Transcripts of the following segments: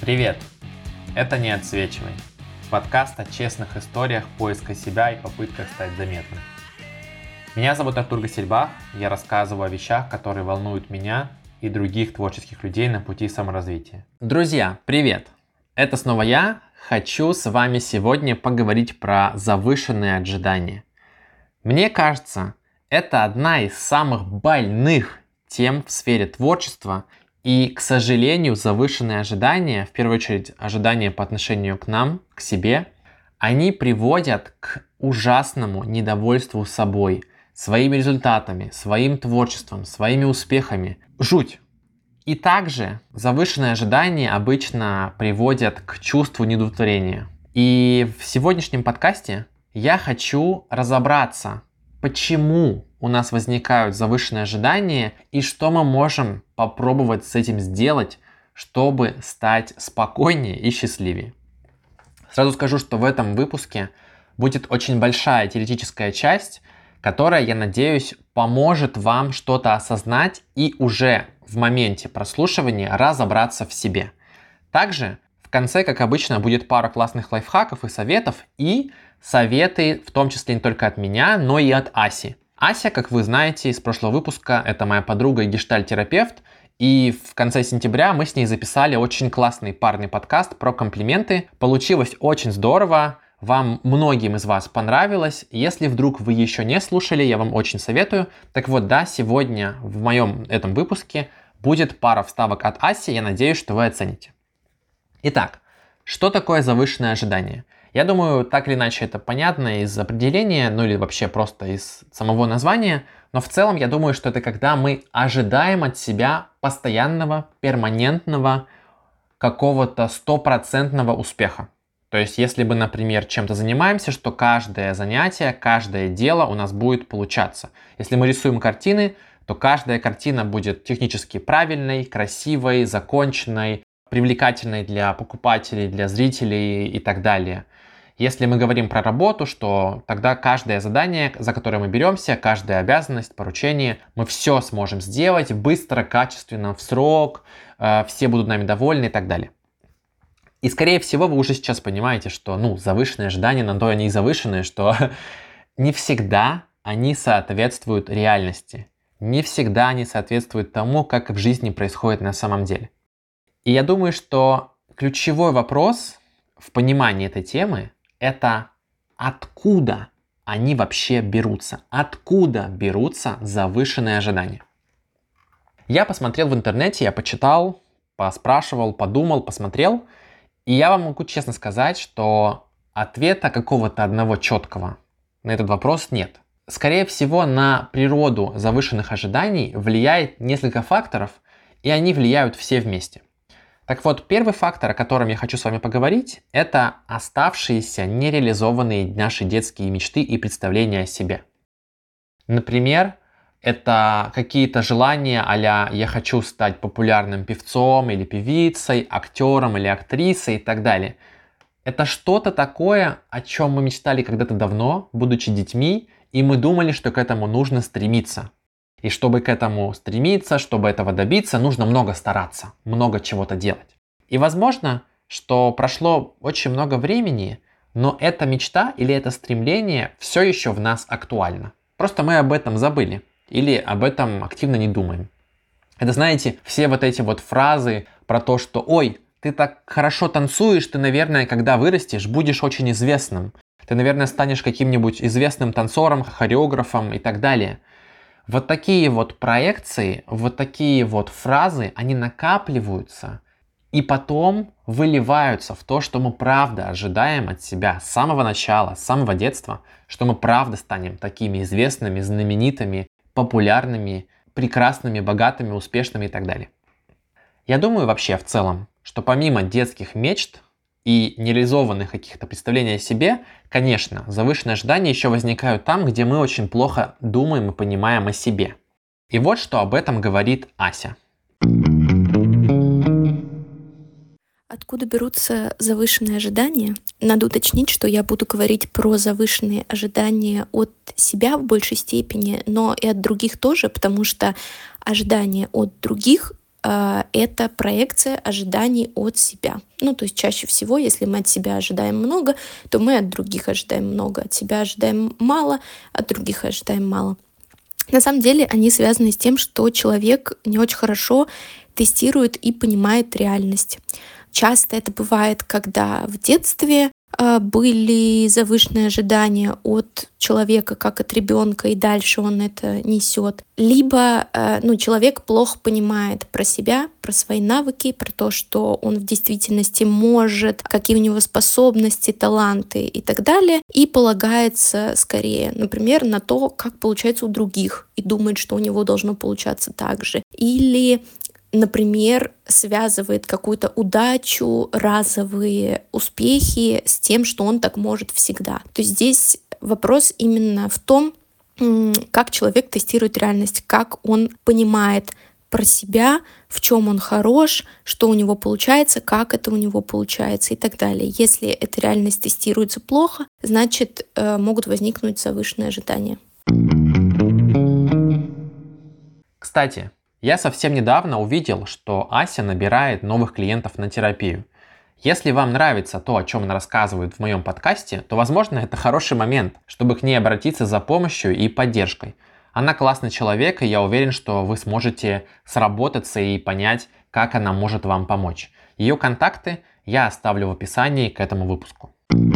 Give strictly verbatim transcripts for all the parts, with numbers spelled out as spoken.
Привет! Это «Не отсвечивай» – подкаст о честных историях поиска себя и попытках стать заметным. Меня зовут Артур Гасельбах, я рассказываю о вещах, которые волнуют меня и других творческих людей на пути саморазвития. Друзья, привет! Это снова я. Хочу с вами сегодня поговорить про завышенные ожидания. Мне кажется, это одна из самых больных тем в сфере творчества. И, к сожалению, завышенные ожидания, в первую очередь ожидания по отношению к нам, к себе, они приводят к ужасному недовольству собой, своими результатами, своим творчеством, своими успехами. Жуть! И также завышенные ожидания обычно приводят к чувству неудовлетворения. И в сегодняшнем подкасте я хочу разобраться, почему у нас возникают завышенные ожидания и что мы можем попробовать с этим сделать, чтобы стать спокойнее и счастливее. Сразу скажу, что в этом выпуске будет очень большая теоретическая часть, которая, я надеюсь, поможет вам что-то осознать и уже в моменте прослушивания разобраться в себе. Также в конце, как обычно, будет пара классных лайфхаков и советов, и советы, в том числе не только от меня, но и от Аси. Ася, как вы знаете из прошлого выпуска, это моя подруга и гештальт-терапевт, и в конце сентября мы с ней записали очень классный парный подкаст про комплименты. Получилось очень здорово, вам многим из вас понравилось. Если вдруг вы еще не слушали, я вам очень советую. Так вот, да, сегодня в моем этом выпуске будет пара вставок от Аси, я надеюсь, что вы оцените. Итак, что такое завышенное ожидание? Я думаю, так или иначе это понятно из определения, ну или вообще просто из самого названия, но в целом я думаю, что это когда мы ожидаем от себя постоянного, перманентного, какого-то стопроцентного успеха. То есть, если бы, например, чем-то занимаемся, что каждое занятие, каждое дело у нас будет получаться. Если мы рисуем картины, то каждая картина будет технически правильной, красивой, законченной, привлекательной для покупателей, для зрителей и так далее. Если мы говорим про работу, что тогда каждое задание, за которое мы беремся, каждая обязанность, поручение, мы все сможем сделать быстро, качественно, в срок, э, все будут нами довольны и так далее. И, скорее всего, вы уже сейчас понимаете, что ну, завышенные ожидания, на то они и завышенные, что не всегда они соответствуют реальности. Не всегда они соответствуют тому, как в жизни происходит на самом деле. И я думаю, что ключевой вопрос в понимании этой темы – это откуда они вообще берутся? Откуда берутся завышенные ожидания? Я посмотрел в интернете, я почитал, поспрашивал, подумал, посмотрел. И я вам могу честно сказать, что ответа какого-то одного четкого на этот вопрос нет. Скорее всего, на природу завышенных ожиданий влияет несколько факторов, и они влияют все вместе. Так вот, первый фактор, о котором я хочу с вами поговорить, это оставшиеся нереализованные наши детские мечты и представления о себе. Например, это какие-то желания а-ля «я хочу стать популярным певцом или певицей, актером или актрисой» и так далее. Это что-то такое, о чем мы мечтали когда-то давно, будучи детьми, и мы думали, что к этому нужно стремиться. И чтобы к этому стремиться, чтобы этого добиться, нужно много стараться, много чего-то делать. И возможно, что прошло очень много времени, но эта мечта или это стремление все еще в нас актуально. Просто мы об этом забыли или об этом активно не думаем. Это, знаете, все вот эти вот фразы про то, что «Ой, ты так хорошо танцуешь, ты, наверное, когда вырастешь, будешь очень известным. Ты, наверное, станешь каким-нибудь известным танцором, хореографом и так далее». Вот такие вот проекции, вот такие вот фразы, они накапливаются и потом выливаются в то, что мы правда ожидаем от себя с самого начала, с самого детства, что мы правда станем такими известными, знаменитыми, популярными, прекрасными, богатыми, успешными и так далее. Я думаю вообще в целом, что помимо детских мечт и нереализованных каких-то представлений о себе, конечно, завышенные ожидания еще возникают там, где мы очень плохо думаем и понимаем о себе. И вот что об этом говорит Ася. Откуда берутся завышенные ожидания? Надо уточнить, что я буду говорить про завышенные ожидания от себя в большей степени, но и от других тоже, потому что ожидания от других э, это проекция ожиданий от себя. Ну, то есть чаще всего, если мы от себя ожидаем много, то мы от других ожидаем много, от себя ожидаем мало, от других ожидаем мало. На самом деле они связаны с тем, что человек не очень хорошо тестирует и понимает реальность. Часто это бывает, когда в детстве э, были завышенные ожидания от человека, как от ребенка, и дальше он это несет. Либо э, ну, человек плохо понимает про себя, про свои навыки, про то, что он в действительности может, какие у него способности, таланты и так далее, и полагается скорее, например, на то, как получается у других, и думает, что у него должно получаться так же. Или например, связывает какую-то удачу, разовые успехи с тем, что он так может всегда. То есть здесь вопрос именно в том, как человек тестирует реальность, как он понимает про себя, в чем он хорош, что у него получается, как это у него получается и так далее. Если эта реальность тестируется плохо, значит, могут возникнуть завышенные ожидания. Кстати, я совсем недавно увидел, что Ася набирает новых клиентов на терапию. Если вам нравится то, о чем она рассказывает в моем подкасте, то, возможно, это хороший момент, чтобы к ней обратиться за помощью и поддержкой. Она классный человек, и я уверен, что вы сможете сработаться и понять, как она может вам помочь. Ее контакты я оставлю в описании к этому выпуску.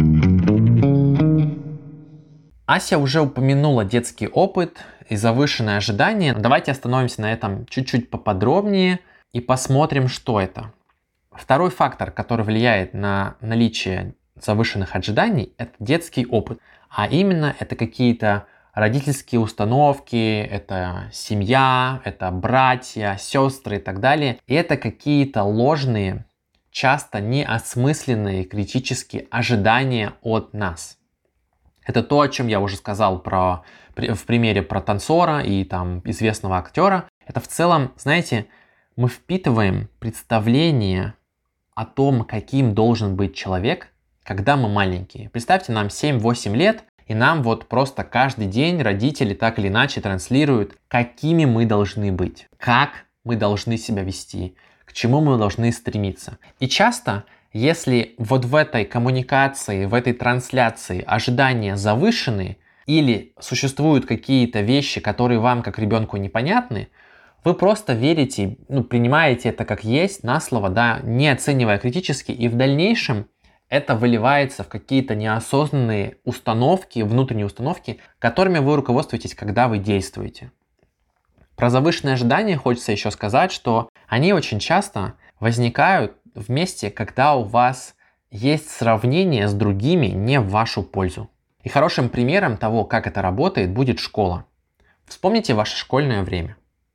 Ася уже упомянула детский опыт и завышенное ожидание. Давайте остановимся на этом чуть-чуть поподробнее и посмотрим, что это. Второй фактор, который влияет на наличие завышенных ожиданий, это детский опыт. А именно это какие-то родительские установки, это семья, это братья, сестры и так далее. И это какие-то ложные, часто неосмысленные критические ожидания от нас. Это то, о чем я уже сказал про, в примере про танцора и там известного актера. Это в целом, знаете, мы впитываем представление о том, каким должен быть человек, когда мы маленькие. Представьте, нам семь-восемь лет, и нам вот просто каждый день родители так или иначе транслируют, какими мы должны быть, как мы должны себя вести, к чему мы должны стремиться. И часто, если вот в этой коммуникации, в этой трансляции ожидания завышены или существуют какие-то вещи, которые вам как ребенку непонятны, вы просто верите, ну, принимаете это как есть, на слово, да, не оценивая критически, и в дальнейшем это выливается в какие-то неосознанные установки, внутренние установки, которыми вы руководствуетесь, когда вы действуете. Про завышенные ожидания хочется еще сказать, что они очень часто возникают вместе, когда у вас есть сравнение с другими не в вашу пользу. И хорошим примером того, как это работает, будет школа. Вспомните ваше школьное время.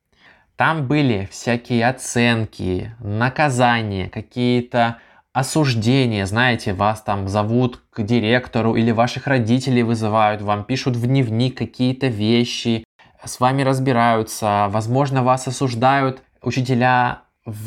Там были всякие оценки, наказания, какие-то осуждения. Знаете, вас там зовут к директору или ваших родителей вызывают, вам пишут в дневник какие-то вещи, с вами разбираются, возможно, вас осуждают учителя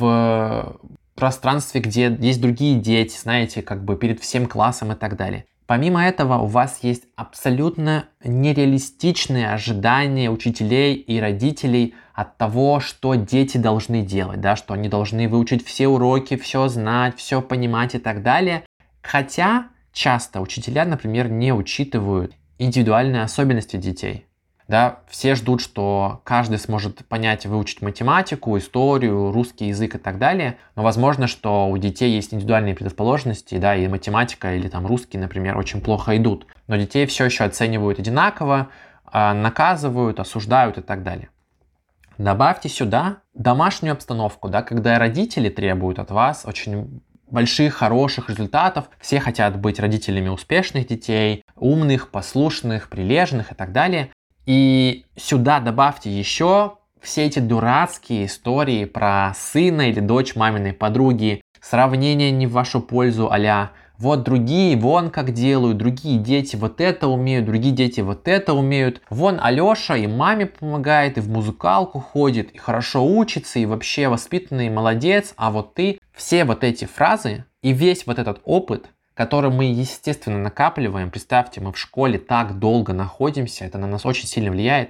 в пространстве, где есть другие дети, знаете, как бы перед всем классом и так далее. Помимо этого, у вас есть абсолютно нереалистичные ожидания учителей и родителей от того, что дети должны делать, да, что они должны выучить все уроки, все знать, все понимать и так далее. Хотя часто учителя, например, не учитывают индивидуальные особенности детей. Да, все ждут, что каждый сможет понять и выучить математику, историю, русский язык и так далее. Но возможно, что у детей есть индивидуальные предрасположенности, да, и математика или там русский, например, очень плохо идут. Но детей все еще оценивают одинаково, наказывают, осуждают и так далее. Добавьте сюда домашнюю обстановку, да, когда родители требуют от вас очень больших, хороших результатов. Все хотят быть родителями успешных детей, умных, послушных, прилежных и так далее. И сюда добавьте еще все эти дурацкие истории про сына или дочь маминой подруги, сравнения не в вашу пользу, а-ля вот другие вон как делают, другие дети вот это умеют, другие дети вот это умеют. Вон Алеша и маме помогает, и в музыкалку ходит, и хорошо учится, и вообще воспитанный, молодец, а вот ты. Все вот эти фразы и весь вот этот опыт, который мы, естественно, накапливаем. Представьте, мы в школе так долго находимся, это на нас очень сильно влияет.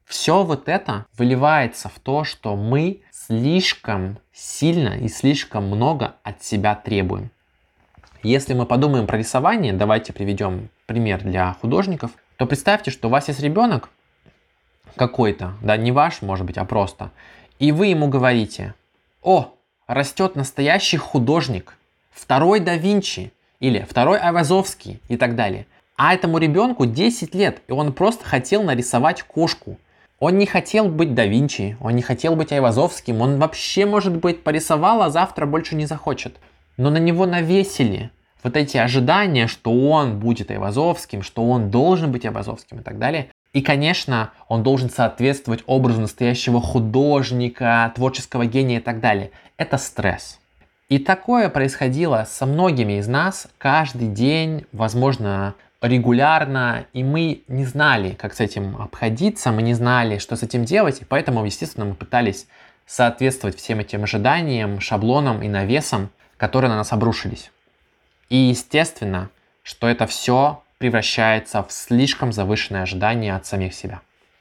Все вот это выливается в то, что мы слишком сильно и слишком много от себя требуем. Если мы подумаем про рисование, давайте приведем пример для художников, то представьте, что у вас есть ребенок какой-то, да, не ваш, может быть, а просто, и вы ему говорите: «О, растет настоящий художник, второй да Винчи или второй Айвазовский» и так далее. А этому ребенку десять лет, и он просто хотел нарисовать кошку. Он не хотел быть да Винчи, он не хотел быть Айвазовским, он вообще, может быть, порисовал, а завтра больше не захочет. Но на него навесили вот эти ожидания, что он будет Айвазовским, что он должен быть Айвазовским и так далее. И, конечно, он должен соответствовать образу настоящего художника, творческого гения и так далее. Это стресс. И такое происходило со многими из нас каждый день, возможно, регулярно, и мы не знали, как с этим обходиться, мы не знали, что с этим делать, и поэтому, естественно, мы пытались соответствовать всем этим ожиданиям, шаблонам и навесам, которые на нас обрушились. И естественно, что это все превращается в слишком завышенное ожидание от самих себя.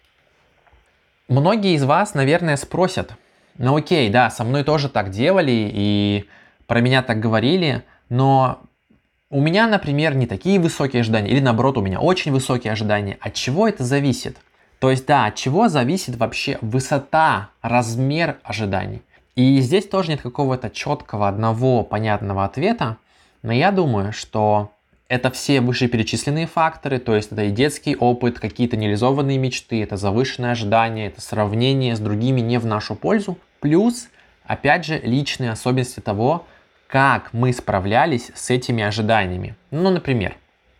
Многие из вас, наверное, спросят: ну окей, да, со мной тоже так делали и про меня так говорили, но у меня, например, не такие высокие ожидания, или наоборот, у меня очень высокие ожидания. От чего это зависит? То есть, да, от чего зависит вообще высота, размер ожиданий? И здесь тоже нет какого-то четкого, одного понятного ответа, но я думаю, что это все вышеперечисленные факторы, то есть это и детский опыт, какие-то нереализованные мечты, это завышенное ожидание, это сравнение с другими не в нашу пользу, плюс, опять же, личные особенности того, как мы справлялись с этими ожиданиями. Ну, например,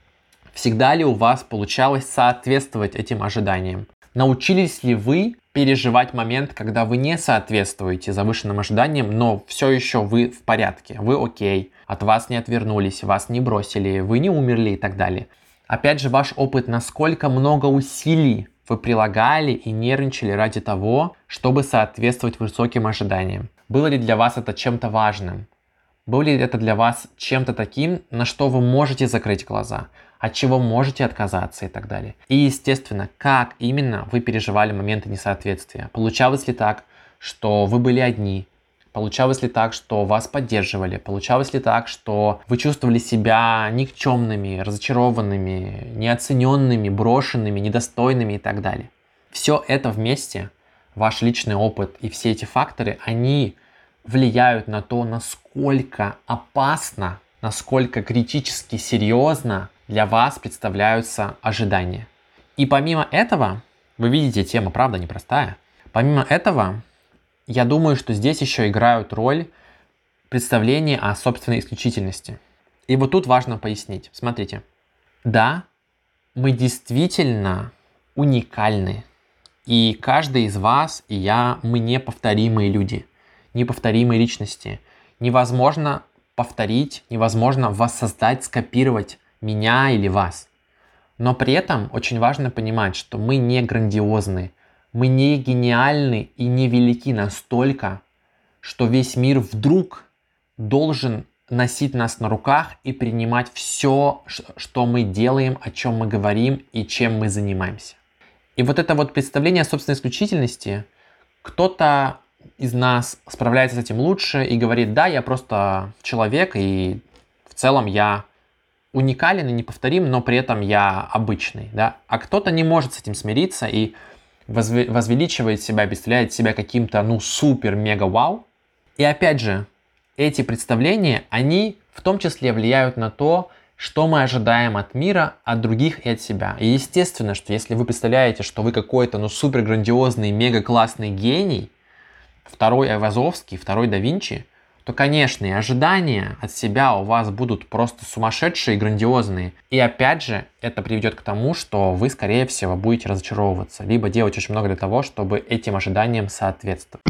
всегда ли у вас получалось соответствовать этим ожиданиям? Научились ли вы переживать момент, когда вы не соответствуете завышенным ожиданиям, но все еще вы в порядке, вы окей, от вас не отвернулись, вас не бросили, вы не умерли и так далее. Опять же, ваш опыт, насколько много усилий вы прилагали и нервничали ради того, чтобы соответствовать высоким ожиданиям. Было ли для вас это чем-то важным? Было ли это для вас чем-то таким, на что вы можете закрыть глаза, от чего можете отказаться и так далее? И, естественно, как именно вы переживали моменты несоответствия? Получалось ли так, что вы были одни? Получалось ли так, что вас поддерживали? Получалось ли так, что вы чувствовали себя никчемными, разочарованными, неоцененными, брошенными, недостойными и так далее? Все это вместе, ваш личный опыт и все эти факторы, они влияют на то, насколько опасно, насколько критически серьезно для вас представляются ожидания. И помимо этого, вы видите, тема правда непростая. Помимо этого, я думаю, что здесь еще играют роль представления о собственной исключительности. И вот тут важно пояснить. Смотрите. Да, мы действительно уникальны. И каждый из вас и я, мы неповторимые люди. Неповторимые личности. Невозможно повторить, невозможно воссоздать, скопировать меня или вас. Но при этом очень важно понимать, что мы не грандиозны, мы не гениальны и не велики настолько, что весь мир вдруг должен носить нас на руках и принимать все, что мы делаем, о чем мы говорим и чем мы занимаемся. И вот это вот представление о собственной исключительности, кто-то из нас справляется с этим лучше и говорит: да, я просто человек, и в целом я уникален и неповторим, но при этом я обычный, да. А кто-то не может с этим смириться и возв- возвеличивает себя, представляет себя каким-то, ну, супер-мега-вау. И опять же, эти представления, они в том числе влияют на то, что мы ожидаем от мира, от других и от себя. И естественно, что если вы представляете, что вы какой-то, ну, супер-грандиозный, мега-классный гений, второй Айвазовский, второй да Винчи, то, конечно, и ожидания от себя у вас будут просто сумасшедшие и грандиозные. И опять же, это приведет к тому, что вы, скорее всего, будете разочаровываться, либо делать очень много для того, чтобы этим ожиданиям соответствовать.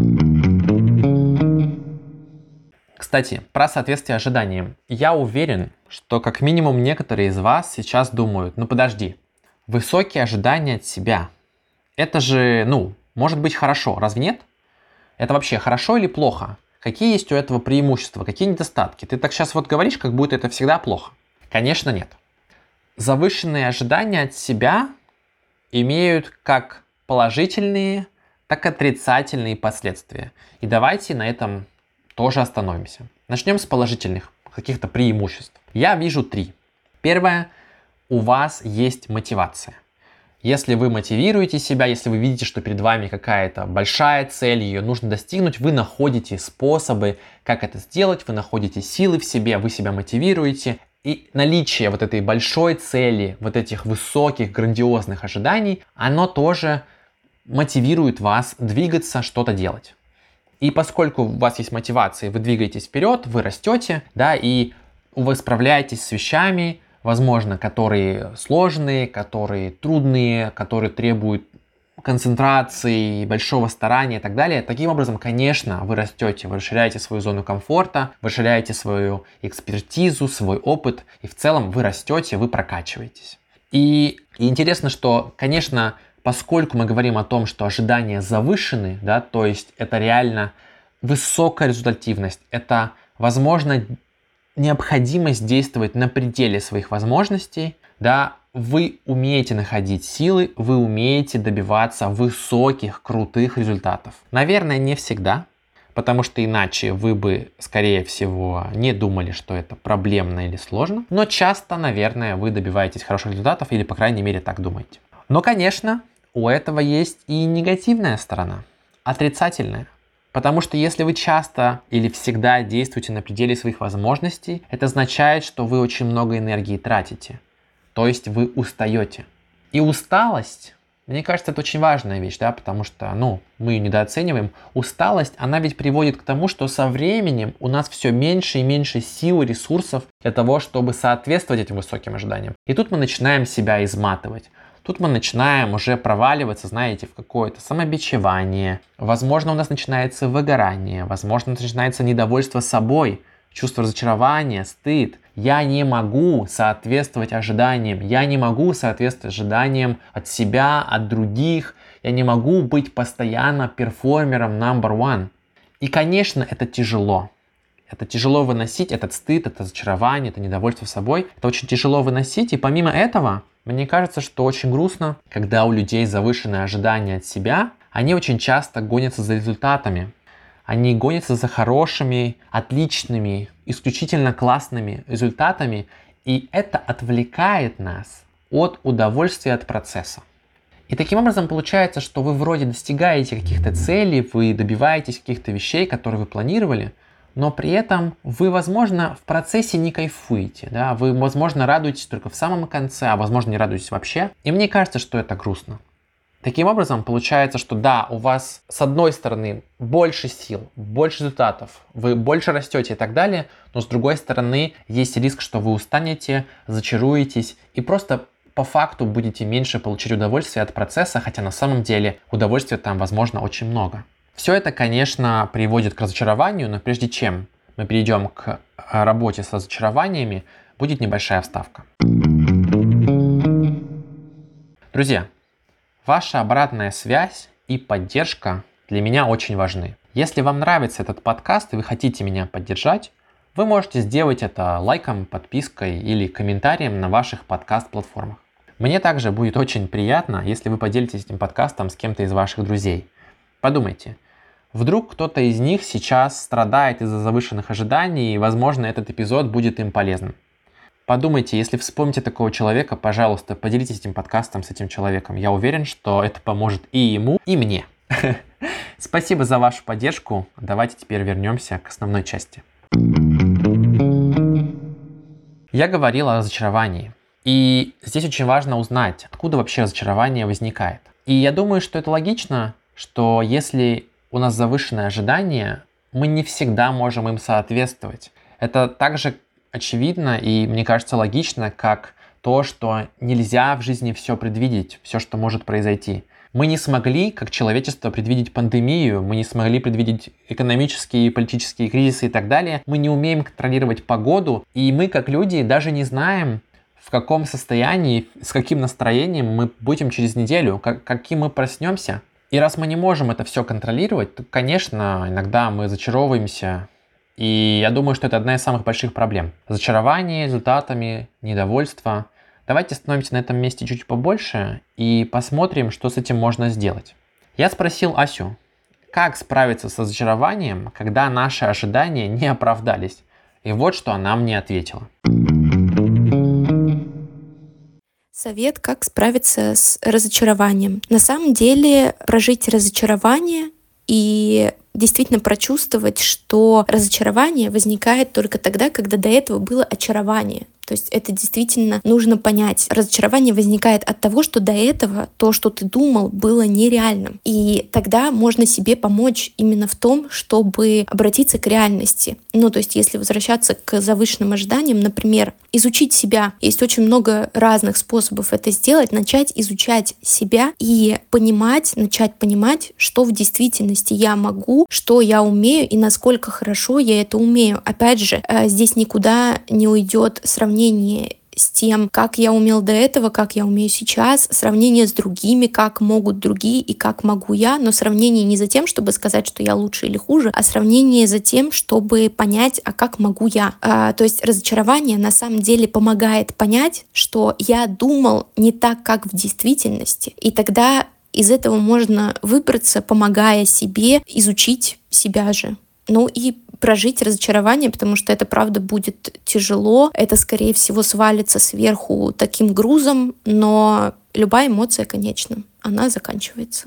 Кстати, про соответствие ожиданиям. Я уверен, что как минимум некоторые из вас сейчас думают: ну подожди, высокие ожидания от себя. Это же, ну, может быть хорошо, разве нет? Это вообще хорошо или плохо? Какие есть у этого преимущества, какие недостатки? Ты так сейчас вот говоришь, как будто это всегда плохо. Конечно, нет. Завышенные ожидания от себя имеют как положительные, так и отрицательные последствия. И давайте на этом тоже остановимся. Начнем с положительных каких-то преимуществ. Я вижу три. Первое. У вас есть мотивация. Если вы мотивируете себя, если вы видите, что перед вами какая-то большая цель, ее нужно достигнуть, вы находите способы, как это сделать, вы находите силы в себе, вы себя мотивируете. И наличие вот этой большой цели, вот этих высоких, грандиозных ожиданий, оно тоже мотивирует вас двигаться, что-то делать. И поскольку у вас есть мотивация, вы двигаетесь вперед, вы растете, да, и вы справляетесь с вещами, возможно, которые сложные, которые трудные, которые требуют концентрации, большого старания и так далее. Таким образом, конечно, вы растете, вы расширяете свою зону комфорта, вы расширяете свою экспертизу, свой опыт, и в целом вы растете, вы прокачиваетесь. И, и интересно, что, конечно, поскольку мы говорим о том, что ожидания завышены, да, то есть это реально высокая результативность, это, возможно, необходимость действовать на пределе своих возможностей, да, вы умеете находить силы, вы умеете добиваться высоких, крутых результатов. Наверное, не всегда, потому что иначе вы бы, скорее всего, не думали, что это проблемно или сложно, но часто, наверное, вы добиваетесь хороших результатов или, по крайней мере, так думаете. Но, конечно, у этого есть и негативная сторона, отрицательная. Потому что если вы часто или всегда действуете на пределе своих возможностей, это означает, что вы очень много энергии тратите. То есть вы устаете. И усталость, мне кажется, это очень важная вещь, да, потому что, ну, мы ее недооцениваем. Усталость, она ведь приводит к тому, что со временем у нас все меньше и меньше сил и ресурсов для того, чтобы соответствовать этим высоким ожиданиям. И тут мы начинаем себя изматывать. Тут мы начинаем уже проваливаться, знаете, в какое-то самобичевание. Возможно, у нас начинается выгорание. Возможно, начинается недовольство собой, чувство разочарования, стыд. Я не могу соответствовать ожиданиям. Я не могу соответствовать ожиданиям от себя, от других. Я не могу быть постоянно перформером number one. И, конечно, это тяжело. Это тяжело выносить, этот стыд, это разочарование, это недовольство собой. Это очень тяжело выносить. И помимо этого, мне кажется, что очень грустно, когда у людей завышенные ожидания от себя, они очень часто гонятся за результатами. Они гонятся за хорошими, отличными, исключительно классными результатами, и это отвлекает нас от удовольствия от процесса. И таким образом получается, что вы вроде достигаете каких-то целей, вы добиваетесь каких-то вещей, которые вы планировали, но при этом вы, возможно, в процессе не кайфуете, да? Вы, возможно, радуетесь только в самом конце, а возможно, не радуетесь вообще. И мне кажется, что это грустно. Таким образом, получается, что да, у вас с одной стороны больше сил, больше результатов, вы больше растете и так далее, но с другой стороны есть риск, что вы устанете, зачаруетесь и просто по факту будете меньше получать удовольствие от процесса, хотя на самом деле удовольствия там, возможно, очень много. Все это, конечно, приводит к разочарованию, но прежде чем мы перейдем к работе с разочарованиями, будет небольшая вставка. Друзья, ваша обратная связь и поддержка для меня очень важны. Если вам нравится этот подкаст и вы хотите меня поддержать, вы можете сделать это лайком, подпиской или комментарием на ваших подкаст-платформах. Мне также будет очень приятно, если вы поделитесь этим подкастом с кем-то из ваших друзей. Подумайте, вдруг кто-то из них сейчас страдает из-за завышенных ожиданий, и, возможно, этот эпизод будет им полезным. Подумайте, если вспомните такого человека, пожалуйста, поделитесь этим подкастом с этим человеком. Я уверен, что это поможет и ему, и мне. Спасибо за вашу поддержку. Давайте теперь вернемся к основной части. Я говорил о разочаровании. И здесь очень важно узнать, откуда вообще разочарование возникает. И я думаю, что это логично, что если у нас завышенные ожидания, мы не всегда можем им соответствовать. Это также очевидно и, мне кажется, логично, как то, что нельзя в жизни все предвидеть, все, что может произойти. Мы не смогли, как человечество, предвидеть пандемию, мы не смогли предвидеть экономические и политические кризисы и так далее. Мы не умеем контролировать погоду, и мы, как люди, даже не знаем, в каком состоянии, с каким настроением мы будем через неделю, как, каким мы проснемся. И раз мы не можем это все контролировать, то, конечно, иногда мы зачаровываемся. И я думаю, что это одна из самых больших проблем. Разочарование результатами, недовольство. Давайте остановимся на этом месте чуть побольше и посмотрим, что с этим можно сделать. Я спросил Асю, как справиться с разочарованием, когда наши ожидания не оправдались. И вот что она мне ответила. Совет, как справиться с разочарованием. На самом деле, прожить разочарование и действительно прочувствовать, что разочарование возникает только тогда, когда до этого было очарование. То есть это действительно нужно понять. Разочарование возникает от того, что до этого то, что ты думал, было нереальным. И тогда можно себе помочь именно в том, чтобы обратиться к реальности. Ну, то есть если возвращаться к завышенным ожиданиям, например, изучить себя. Есть очень много разных способов это сделать. Начать изучать себя и понимать, начать понимать, что в действительности я могу, что я умею и насколько хорошо я это умею. Опять же, здесь никуда не уйдет сравнение с тем, как я умел до этого, как я умею сейчас, сравнение с другими, как могут другие и как могу я, но сравнение не за тем, чтобы сказать, что я лучше или хуже, а сравнение за тем, чтобы понять, а как могу я. А, то есть разочарование на самом деле помогает понять, что я думал не так, как в действительности, и тогда из этого можно выбраться, помогая себе изучить себя же. Ну и прожить разочарование, потому что это, правда, будет тяжело. Это, скорее всего, свалится сверху таким грузом, но любая эмоция, конечно, она заканчивается.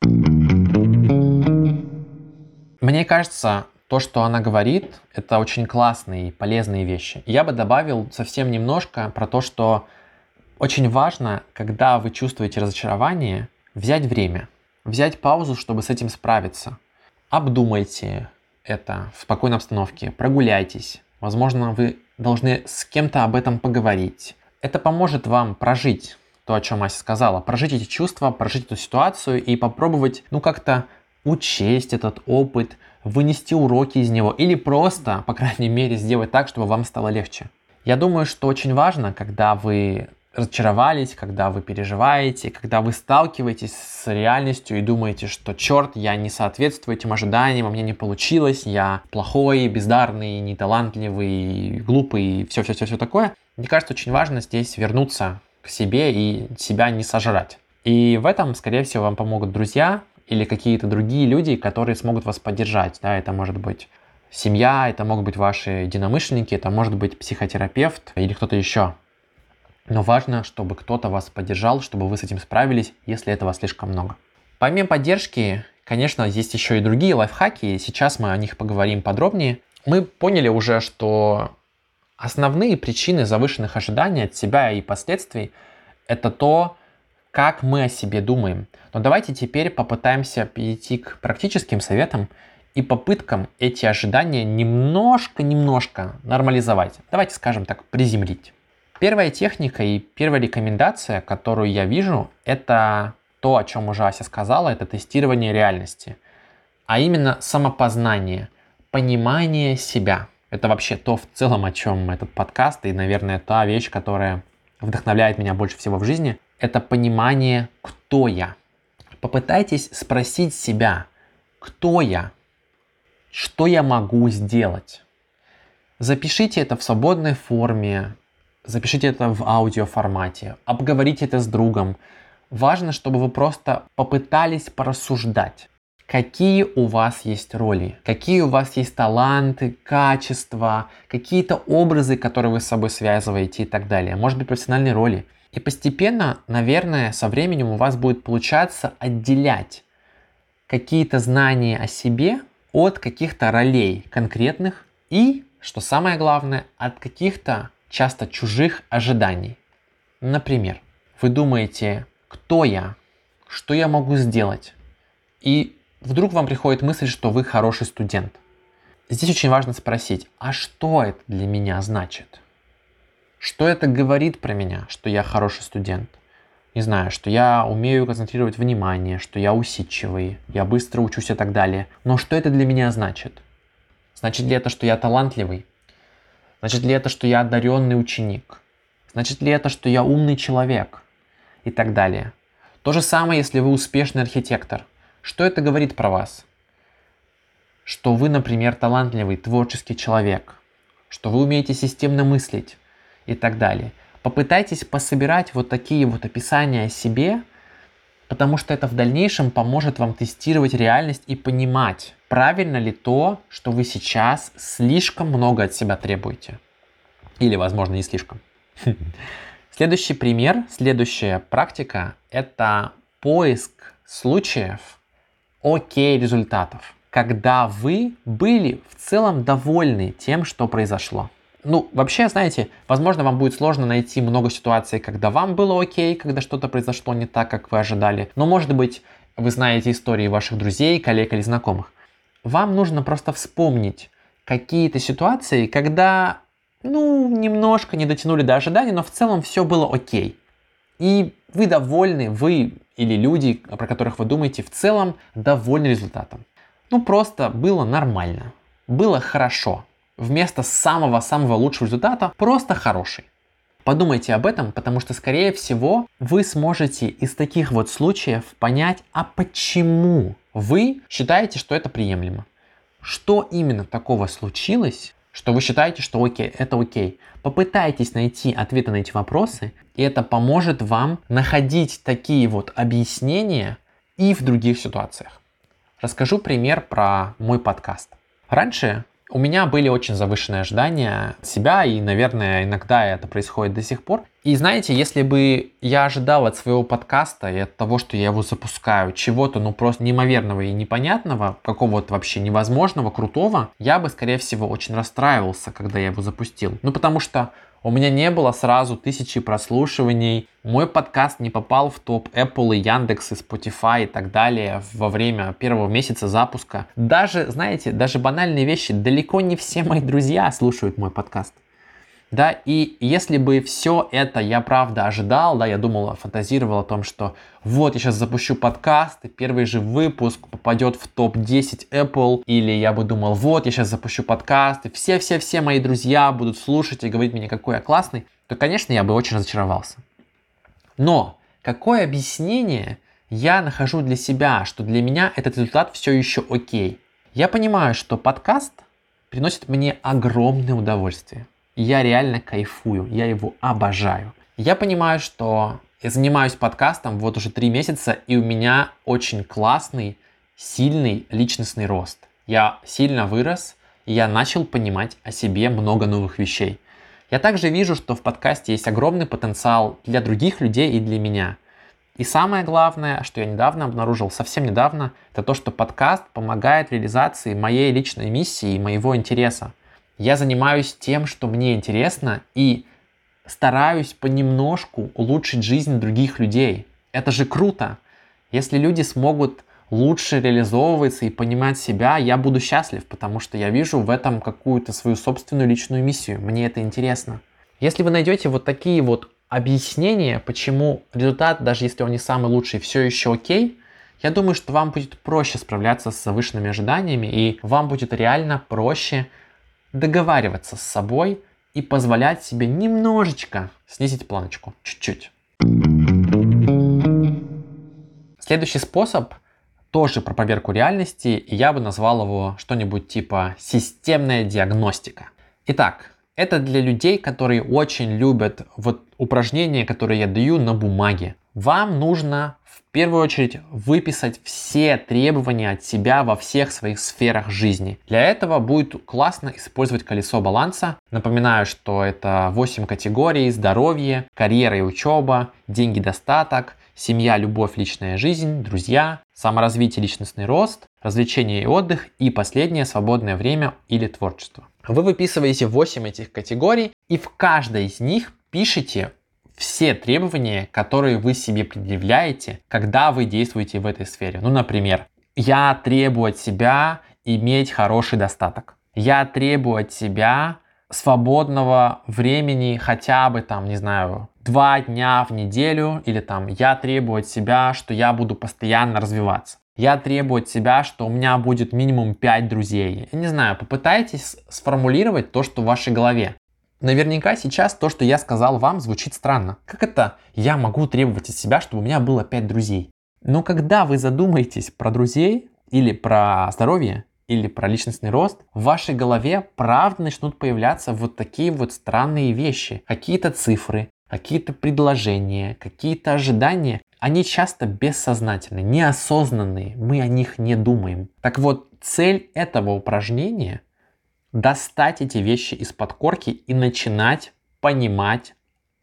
Мне кажется, то, что она говорит, это очень классные и полезные вещи. Я бы добавил совсем немножко про то, что очень важно, когда вы чувствуете разочарование, взять время, взять паузу, чтобы с этим справиться. Обдумайте это в спокойной обстановке, прогуляйтесь. Возможно, вы должны с кем-то об этом поговорить. Это поможет вам прожить то, о чем Ася сказала, прожить эти чувства, прожить эту ситуацию и попробовать, ну, как-то учесть этот опыт, вынести уроки из него или просто, по крайней мере, сделать так, чтобы вам стало легче. Я думаю, что очень важно, когда вы разочаровались, когда вы переживаете, когда вы сталкиваетесь с реальностью и думаете, что черт, я не соответствую этим ожиданиям, у меня не получилось, я плохой, бездарный, неталантливый, глупый, все-все-все такое. Мне кажется, очень важно здесь вернуться к себе и себя не сожрать. И в этом, скорее всего, вам помогут друзья или какие-то другие люди, которые смогут вас поддержать. Да, это может быть семья, это могут быть ваши единомышленники, это может быть психотерапевт или кто-то еще. Но важно, чтобы кто-то вас поддержал, чтобы вы с этим справились, если этого слишком много. Помимо поддержки, конечно, есть еще и другие лайфхаки, сейчас мы о них поговорим подробнее. Мы поняли уже, что основные причины завышенных ожиданий от себя и последствий – это то, как мы о себе думаем. Но давайте теперь попытаемся перейти к практическим советам и попыткам эти ожидания немножко-немножко нормализовать. Давайте, скажем так, приземлить. Первая техника и первая рекомендация, которую я вижу, это то, о чем уже Ася сказала, это тестирование реальности. А именно самопознание, понимание себя. Это вообще то в целом, о чем этот подкаст, и, наверное, та вещь, которая вдохновляет меня больше всего в жизни, это понимание, кто я. Попытайтесь спросить себя, кто я, что я могу сделать. Запишите это в свободной форме, запишите это в аудиоформате, обговорите это с другом. Важно, чтобы вы просто попытались порассуждать, какие у вас есть роли, какие у вас есть таланты, качества, какие-то образы, которые вы с собой связываете и так далее. Может быть, профессиональные роли. И постепенно, наверное, со временем у вас будет получаться отделять какие-то знания о себе от каких-то ролей конкретных и, что самое главное, от каких-то часто чужих ожиданий. Например, вы думаете, кто я, что я могу сделать, и вдруг вам приходит мысль, что вы хороший студент. Здесь очень важно спросить, а что это для меня значит? Что это говорит про меня, что я хороший студент? Не знаю, что я умею концентрировать внимание, что я усидчивый, я быстро учусь и так далее. Но что это для меня значит? Значит ли это, что я талантливый? Значит ли это, что я одаренный ученик? Значит ли это, что я умный человек? И так далее. То же самое, если вы успешный архитектор. Что это говорит про вас? Что вы, например, талантливый, творческий человек. Что вы умеете системно мыслить. И так далее. Попытайтесь пособирать вот такие вот описания о себе, потому что это в дальнейшем поможет вам тестировать реальность и понимать, правильно ли то, что вы сейчас слишком много от себя требуете. Или, возможно, не слишком. Следующий пример, следующая практика – это поиск случаев окей результатов, когда вы были в целом довольны тем, что произошло. Ну, вообще, знаете, возможно, вам будет сложно найти много ситуаций, когда вам было окей, когда что-то произошло не так, как вы ожидали. Но, может быть, вы знаете истории ваших друзей, коллег или знакомых. Вам нужно просто вспомнить какие-то ситуации, когда, ну, немножко не дотянули до ожиданий, но в целом все было окей. И вы довольны, вы или люди, про которых вы думаете, в целом довольны результатом. Ну, просто было нормально, было хорошо. Вместо самого-самого лучшего результата просто хороший. Подумайте об этом, потому что, скорее всего, вы сможете из таких вот случаев понять, а почему вы считаете, что это приемлемо. Что именно такого случилось, что вы считаете, что окей, это окей. Попытайтесь найти ответы на эти вопросы, и это поможет вам находить такие вот объяснения и в других ситуациях. Расскажу пример про мой подкаст. Раньше у меня были очень завышенные ожидания от себя, и, наверное, иногда это происходит до сих пор. И знаете, если бы я ожидал от своего подкаста и от того, что я его запускаю, чего-то, ну, просто неимоверного и непонятного, какого-то вообще невозможного, крутого, я бы, скорее всего, очень расстраивался, когда я его запустил. Ну, потому что у меня не было сразу тысячи прослушиваний, мой подкаст не попал в топ Apple, Яндекс и Spotify и так далее во время первого месяца запуска. Даже, знаете, даже банальные вещи, далеко не все мои друзья слушают мой подкаст. Да, и если бы все это я правда ожидал, да, я думал, фантазировал о том, что вот я сейчас запущу подкаст, и первый же выпуск попадет в топ десять Apple, или я бы думал, вот я сейчас запущу подкаст, и все-все-все мои друзья будут слушать и говорить мне, какой я классный, то, конечно, я бы очень разочаровался. Но какое объяснение я нахожу для себя, что для меня этот результат все еще окей? Я понимаю, что подкаст приносит мне огромное удовольствие. Я реально кайфую, я его обожаю. Я понимаю, что я занимаюсь подкастом вот уже три месяца, и у меня очень классный, сильный личностный рост. Я сильно вырос, и я начал понимать о себе много новых вещей. Я также вижу, что в подкасте есть огромный потенциал для других людей и для меня. И самое главное, что я недавно обнаружил, совсем недавно, это то, что подкаст помогает в реализации моей личной миссии и моего интереса. Я занимаюсь тем, что мне интересно, и стараюсь понемножку улучшить жизнь других людей. Это же круто! Если люди смогут лучше реализовываться и понимать себя, я буду счастлив, потому что я вижу в этом какую-то свою собственную личную миссию. Мне это интересно. Если вы найдете вот такие вот объяснения, почему результат, даже если он не самый лучший, все еще окей, я думаю, что вам будет проще справляться с завышенными ожиданиями, и вам будет реально проще договариваться с собой и позволять себе немножечко снизить планочку, чуть-чуть. Следующий способ тоже про проверку реальности, и я бы назвал его что-нибудь типа системная диагностика. Итак, это для людей, которые очень любят вот упражнения, которые я даю на бумаге. Вам нужно в первую очередь выписать все требования от себя во всех своих сферах жизни. Для этого будет классно использовать колесо баланса. Напоминаю, что это восемь категорий: здоровье, карьера и учеба, деньги, достаток, семья, любовь, личная жизнь, друзья, саморазвитие, личностный рост, развлечения и отдых, и последнее — свободное время или творчество. Вы выписываете восемь этих категорий, и в каждой из них пишите все требования, которые вы себе предъявляете, когда вы действуете в этой сфере. Ну, например, я требую от себя иметь хороший достаток. Я требую от себя свободного времени хотя бы там, не знаю, два дня в неделю, или там я требую от себя, что я буду постоянно развиваться. Я требую от себя, что у меня будет минимум пять друзей. Я не знаю, попытайтесь сформулировать то, что в вашей голове. Наверняка сейчас то, что я сказал вам, звучит странно. Как это я могу требовать от себя, чтобы у меня было пять друзей? Но когда вы задумаетесь про друзей, или про здоровье, или про личностный рост, в вашей голове правда начнут появляться вот такие вот странные вещи. Какие-то цифры, какие-то предложения, какие-то ожидания, они часто бессознательные, неосознанные, мы о них не думаем. Так вот, цель этого упражнения – достать эти вещи из-под корки и начинать понимать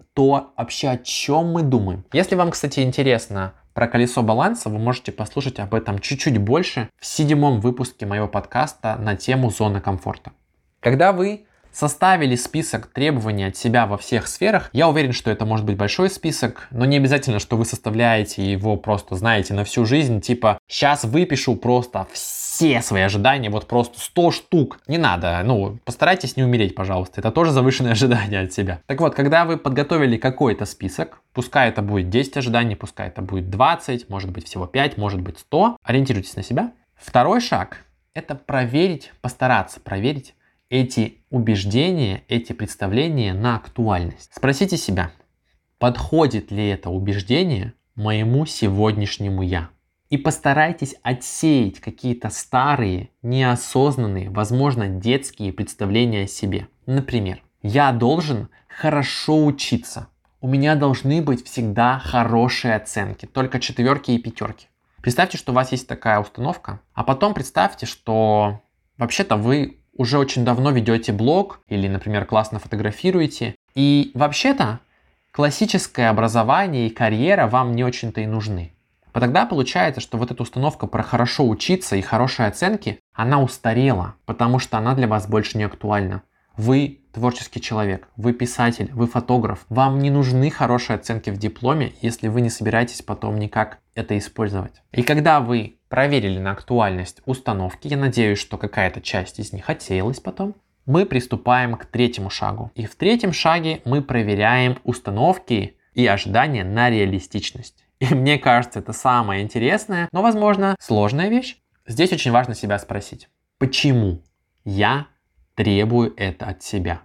то вообще, о чем мы думаем. Если вам, кстати, интересно про колесо баланса, вы можете послушать об этом чуть-чуть больше в седьмом выпуске моего подкаста на тему зоны комфорта. Когда вы составили список требований от себя во всех сферах, я уверен, что это может быть большой список, но не обязательно, что вы составляете его просто, знаете, на всю жизнь, типа, сейчас выпишу просто все свои ожидания, вот просто сто штук. Не надо, ну, постарайтесь не умереть, пожалуйста, это тоже завышенное ожидание от себя. Так вот, когда вы подготовили какой-то список, пускай это будет десять ожиданий, пускай это будет двадцать, может быть всего пять, может быть сто, ориентируйтесь на себя. Второй шаг – это проверить, постараться проверить эти убеждения, эти представления на актуальность. Спросите себя, подходит ли это убеждение моему сегодняшнему я? И постарайтесь отсеять какие-то старые, неосознанные, возможно, детские представления о себе. Например, я должен хорошо учиться. У меня должны быть всегда хорошие оценки, только четверки и пятерки. Представьте, что у вас есть такая установка, а потом представьте, что вообще-то вы уже очень давно ведете блог или, например, классно фотографируете. И вообще-то классическое образование и карьера вам не очень-то и нужны. А тогда получается, что вот эта установка про хорошо учиться и хорошие оценки, она устарела, потому что она для вас больше не актуальна. Вы творческий человек, вы писатель, вы фотограф. Вам не нужны хорошие оценки в дипломе, если вы не собираетесь потом никак это использовать. И когда вы проверили на актуальность установки, я надеюсь, что какая-то часть из них отсеялась потом, мы приступаем к третьему шагу. И в третьем шаге мы проверяем установки и ожидания на реалистичность. И мне кажется, это самое интересное, но, возможно, сложная вещь. Здесь очень важно себя спросить, почему я требую это от себя?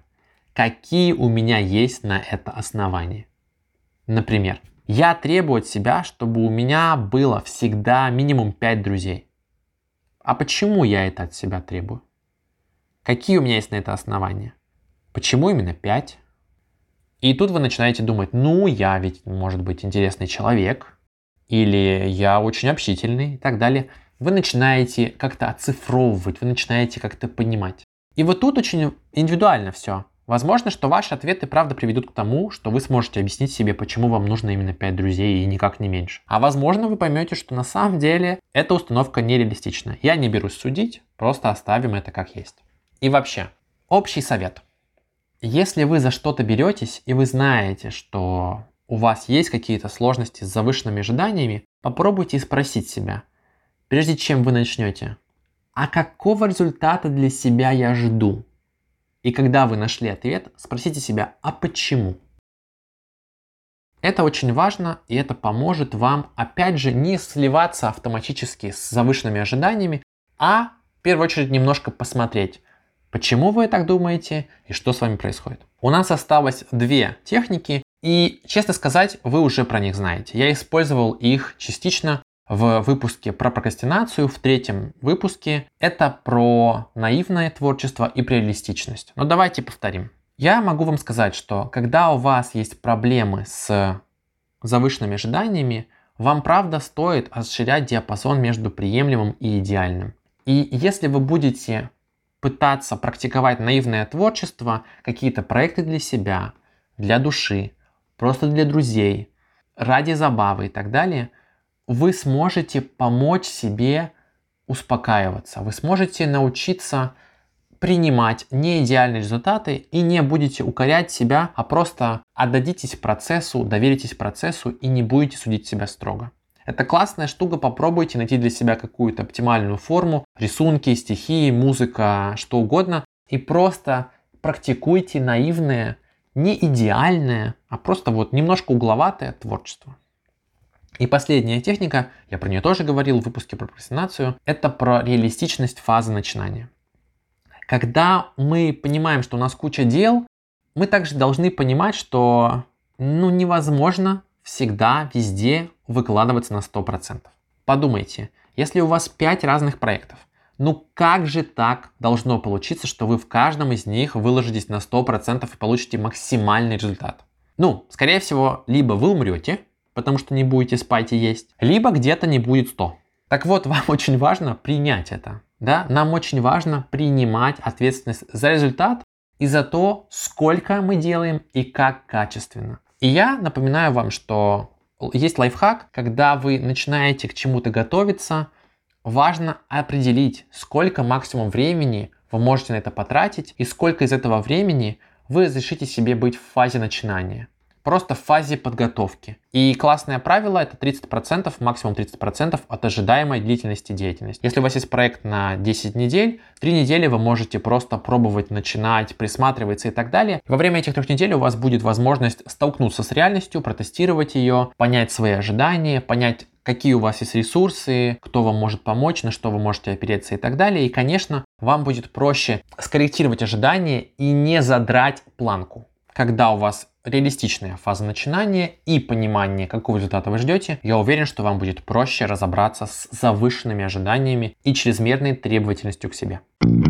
Какие у меня есть на это основания? Например, я требую от себя, чтобы у меня было всегда минимум пять друзей. А почему я это от себя требую? Какие у меня есть на это основания? Почему именно пять? И тут вы начинаете думать, ну, я ведь, может быть, интересный человек, или я очень общительный и так далее. Вы начинаете как-то оцифровывать, вы начинаете как-то понимать. И вот тут очень индивидуально все. Возможно, что ваши ответы правда приведут к тому, что вы сможете объяснить себе, почему вам нужно именно пять друзей и никак не меньше. А возможно, вы поймете, что на самом деле эта установка нереалистична. Я не берусь судить, просто оставим это как есть. И вообще, общий совет. Если вы за что-то беретесь, и вы знаете, что у вас есть какие-то сложности с завышенными ожиданиями, попробуйте спросить себя, прежде чем вы начнете, а какого результата для себя я жду? И когда вы нашли ответ, спросите себя, а почему? Это очень важно, и это поможет вам, опять же, не сливаться автоматически с завышенными ожиданиями, а в первую очередь немножко посмотреть, почему вы так думаете и что с вами происходит. У нас осталось две техники, и, честно сказать, вы уже про них знаете. Я использовал их частично в выпуске про прокрастинацию, в третьем выпуске. Это про наивное творчество и про реалистичность. Но давайте повторим. Я могу вам сказать, что когда у вас есть проблемы с завышенными ожиданиями, вам правда стоит расширять диапазон между приемлемым и идеальным. И если вы будете пытаться практиковать наивное творчество, какие-то проекты для себя, для души, просто для друзей, ради забавы и так далее, вы сможете помочь себе успокаиваться. Вы сможете научиться принимать неидеальные результаты и не будете укорять себя, а просто отдадитесь процессу, доверитесь процессу и не будете судить себя строго. Это классная штука, попробуйте найти для себя какую-то оптимальную форму, рисунки, стихи, музыка, что угодно, и просто практикуйте наивное, не идеальное, а просто вот немножко угловатое творчество. И последняя техника, я про нее тоже говорил в выпуске про прокрастинацию, это про реалистичность фазы начинания. Когда мы понимаем, что у нас куча дел, мы также должны понимать, что ну, невозможно всегда везде выкладываться на сто процентов. Подумайте, если у вас пять разных проектов, ну как же так должно получиться, что вы в каждом из них выложитесь на сто процентов и получите максимальный результат? Ну, скорее всего, либо вы умрете, потому что не будете спать и есть, либо где-то не будет сто. Так вот, вам очень важно принять это. Да? Нам очень важно принимать ответственность за результат и за то, сколько мы делаем и как качественно. И я напоминаю вам, что есть лайфхак, когда вы начинаете к чему-то готовиться, важно определить, сколько максимум времени вы можете на это потратить и сколько из этого времени вы разрешите себе быть в фазе начинания. Просто в фазе подготовки. И классное правило — это тридцать процентов, максимум тридцать процентов от ожидаемой длительности деятельности. Если у вас есть проект на десять недель, три недели вы можете просто пробовать, начинать, присматриваться и так далее. Во время этих трех недель у вас будет возможность столкнуться с реальностью, протестировать ее, понять свои ожидания, понять, какие у вас есть ресурсы, кто вам может помочь, на что вы можете опереться и так далее. И, конечно, вам будет проще скорректировать ожидания и не задрать планку. Когда у вас реалистичная фаза начинания и понимание, какого результата вы ждете, я уверен, что вам будет проще разобраться с завышенными ожиданиями и чрезмерной требовательностью к себе.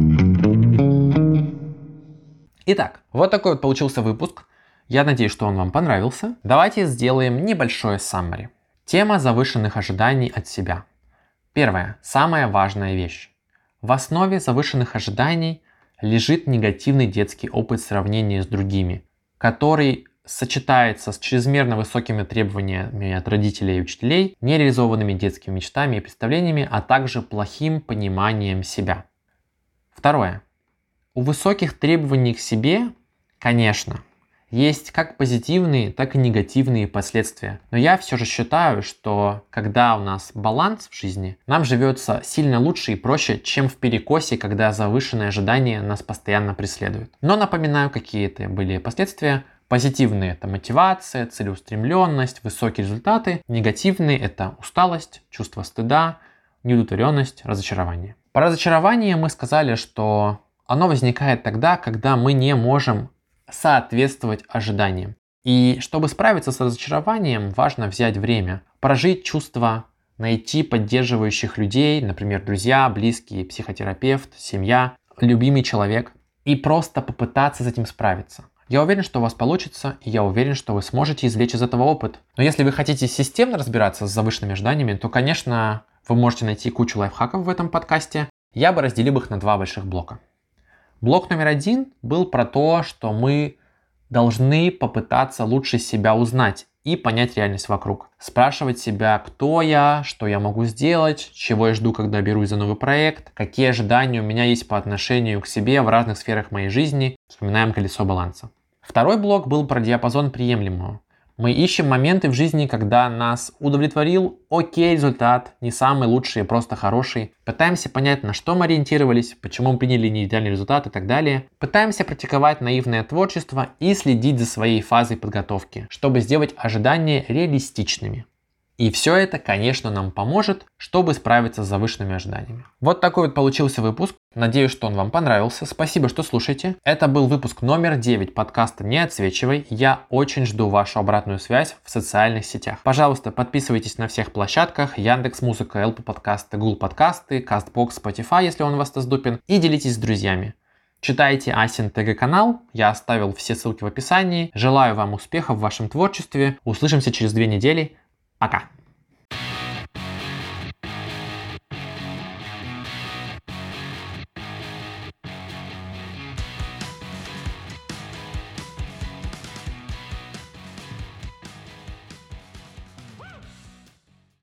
Итак, вот такой вот получился выпуск. Я надеюсь, что он вам понравился. Давайте сделаем небольшое саммари. Тема завышенных ожиданий от себя. Первая, самая важная вещь. В основе завышенных ожиданий лежит негативный детский опыт сравнения с другими, который сочетается с чрезмерно высокими требованиями от родителей и учителей, нереализованными детскими мечтами и представлениями, а также плохим пониманием себя. Второе. У высоких требований к себе, конечно, есть как позитивные, так и негативные последствия. Но я все же считаю, что когда у нас баланс в жизни, нам живется сильно лучше и проще, чем в перекосе, когда завышенные ожидания нас постоянно преследуют. Но напоминаю, какие это были последствия. Позитивные — это мотивация, целеустремленность, высокие результаты. Негативные — это усталость, чувство стыда, неудовлетворенность, разочарование. По разочарованию мы сказали, что оно возникает тогда, когда мы не можем соответствовать ожиданиям. И чтобы справиться с разочарованием, важно взять время, прожить чувства, найти поддерживающих людей, например, друзья, близкие, психотерапевт, семья, любимый человек, и просто попытаться с этим справиться. Я уверен, что у вас получится, и я уверен, что вы сможете извлечь из этого опыт. Но если вы хотите системно разбираться с завышенными ожиданиями, то, конечно, вы можете найти кучу лайфхаков в этом подкасте. Я бы разделил их на два больших блока. Блок номер один был про то, что мы должны попытаться лучше себя узнать и понять реальность вокруг. Спрашивать себя, кто я, что я могу сделать, чего я жду, когда берусь за новый проект, какие ожидания у меня есть по отношению к себе в разных сферах моей жизни. Вспоминаем колесо баланса. Второй блок был про диапазон приемлемого. Мы ищем моменты в жизни, когда нас удовлетворил окей результат, не самый лучший, просто хороший. Пытаемся понять, на что мы ориентировались, почему мы приняли не идеальный результат и так далее. Пытаемся практиковать наивное творчество и следить за своей фазой подготовки, чтобы сделать ожидания реалистичными. И все это, конечно, нам поможет, чтобы справиться с завышенными ожиданиями. Вот такой вот получился выпуск. Надеюсь, что он вам понравился. Спасибо, что слушаете. Это был выпуск номер девять подкаста «Не отсвечивай». Я очень жду вашу обратную связь в социальных сетях. Пожалуйста, подписывайтесь на всех площадках: Яндекс.Музыка, эл пи подкасты, Google подкасты, Castbox, Spotify, если он у вас доступен. И делитесь с друзьями. Читайте Асин ТГ-канал, я оставил все ссылки в описании. Желаю вам успехов в вашем творчестве. Услышимся через две недели. Пока!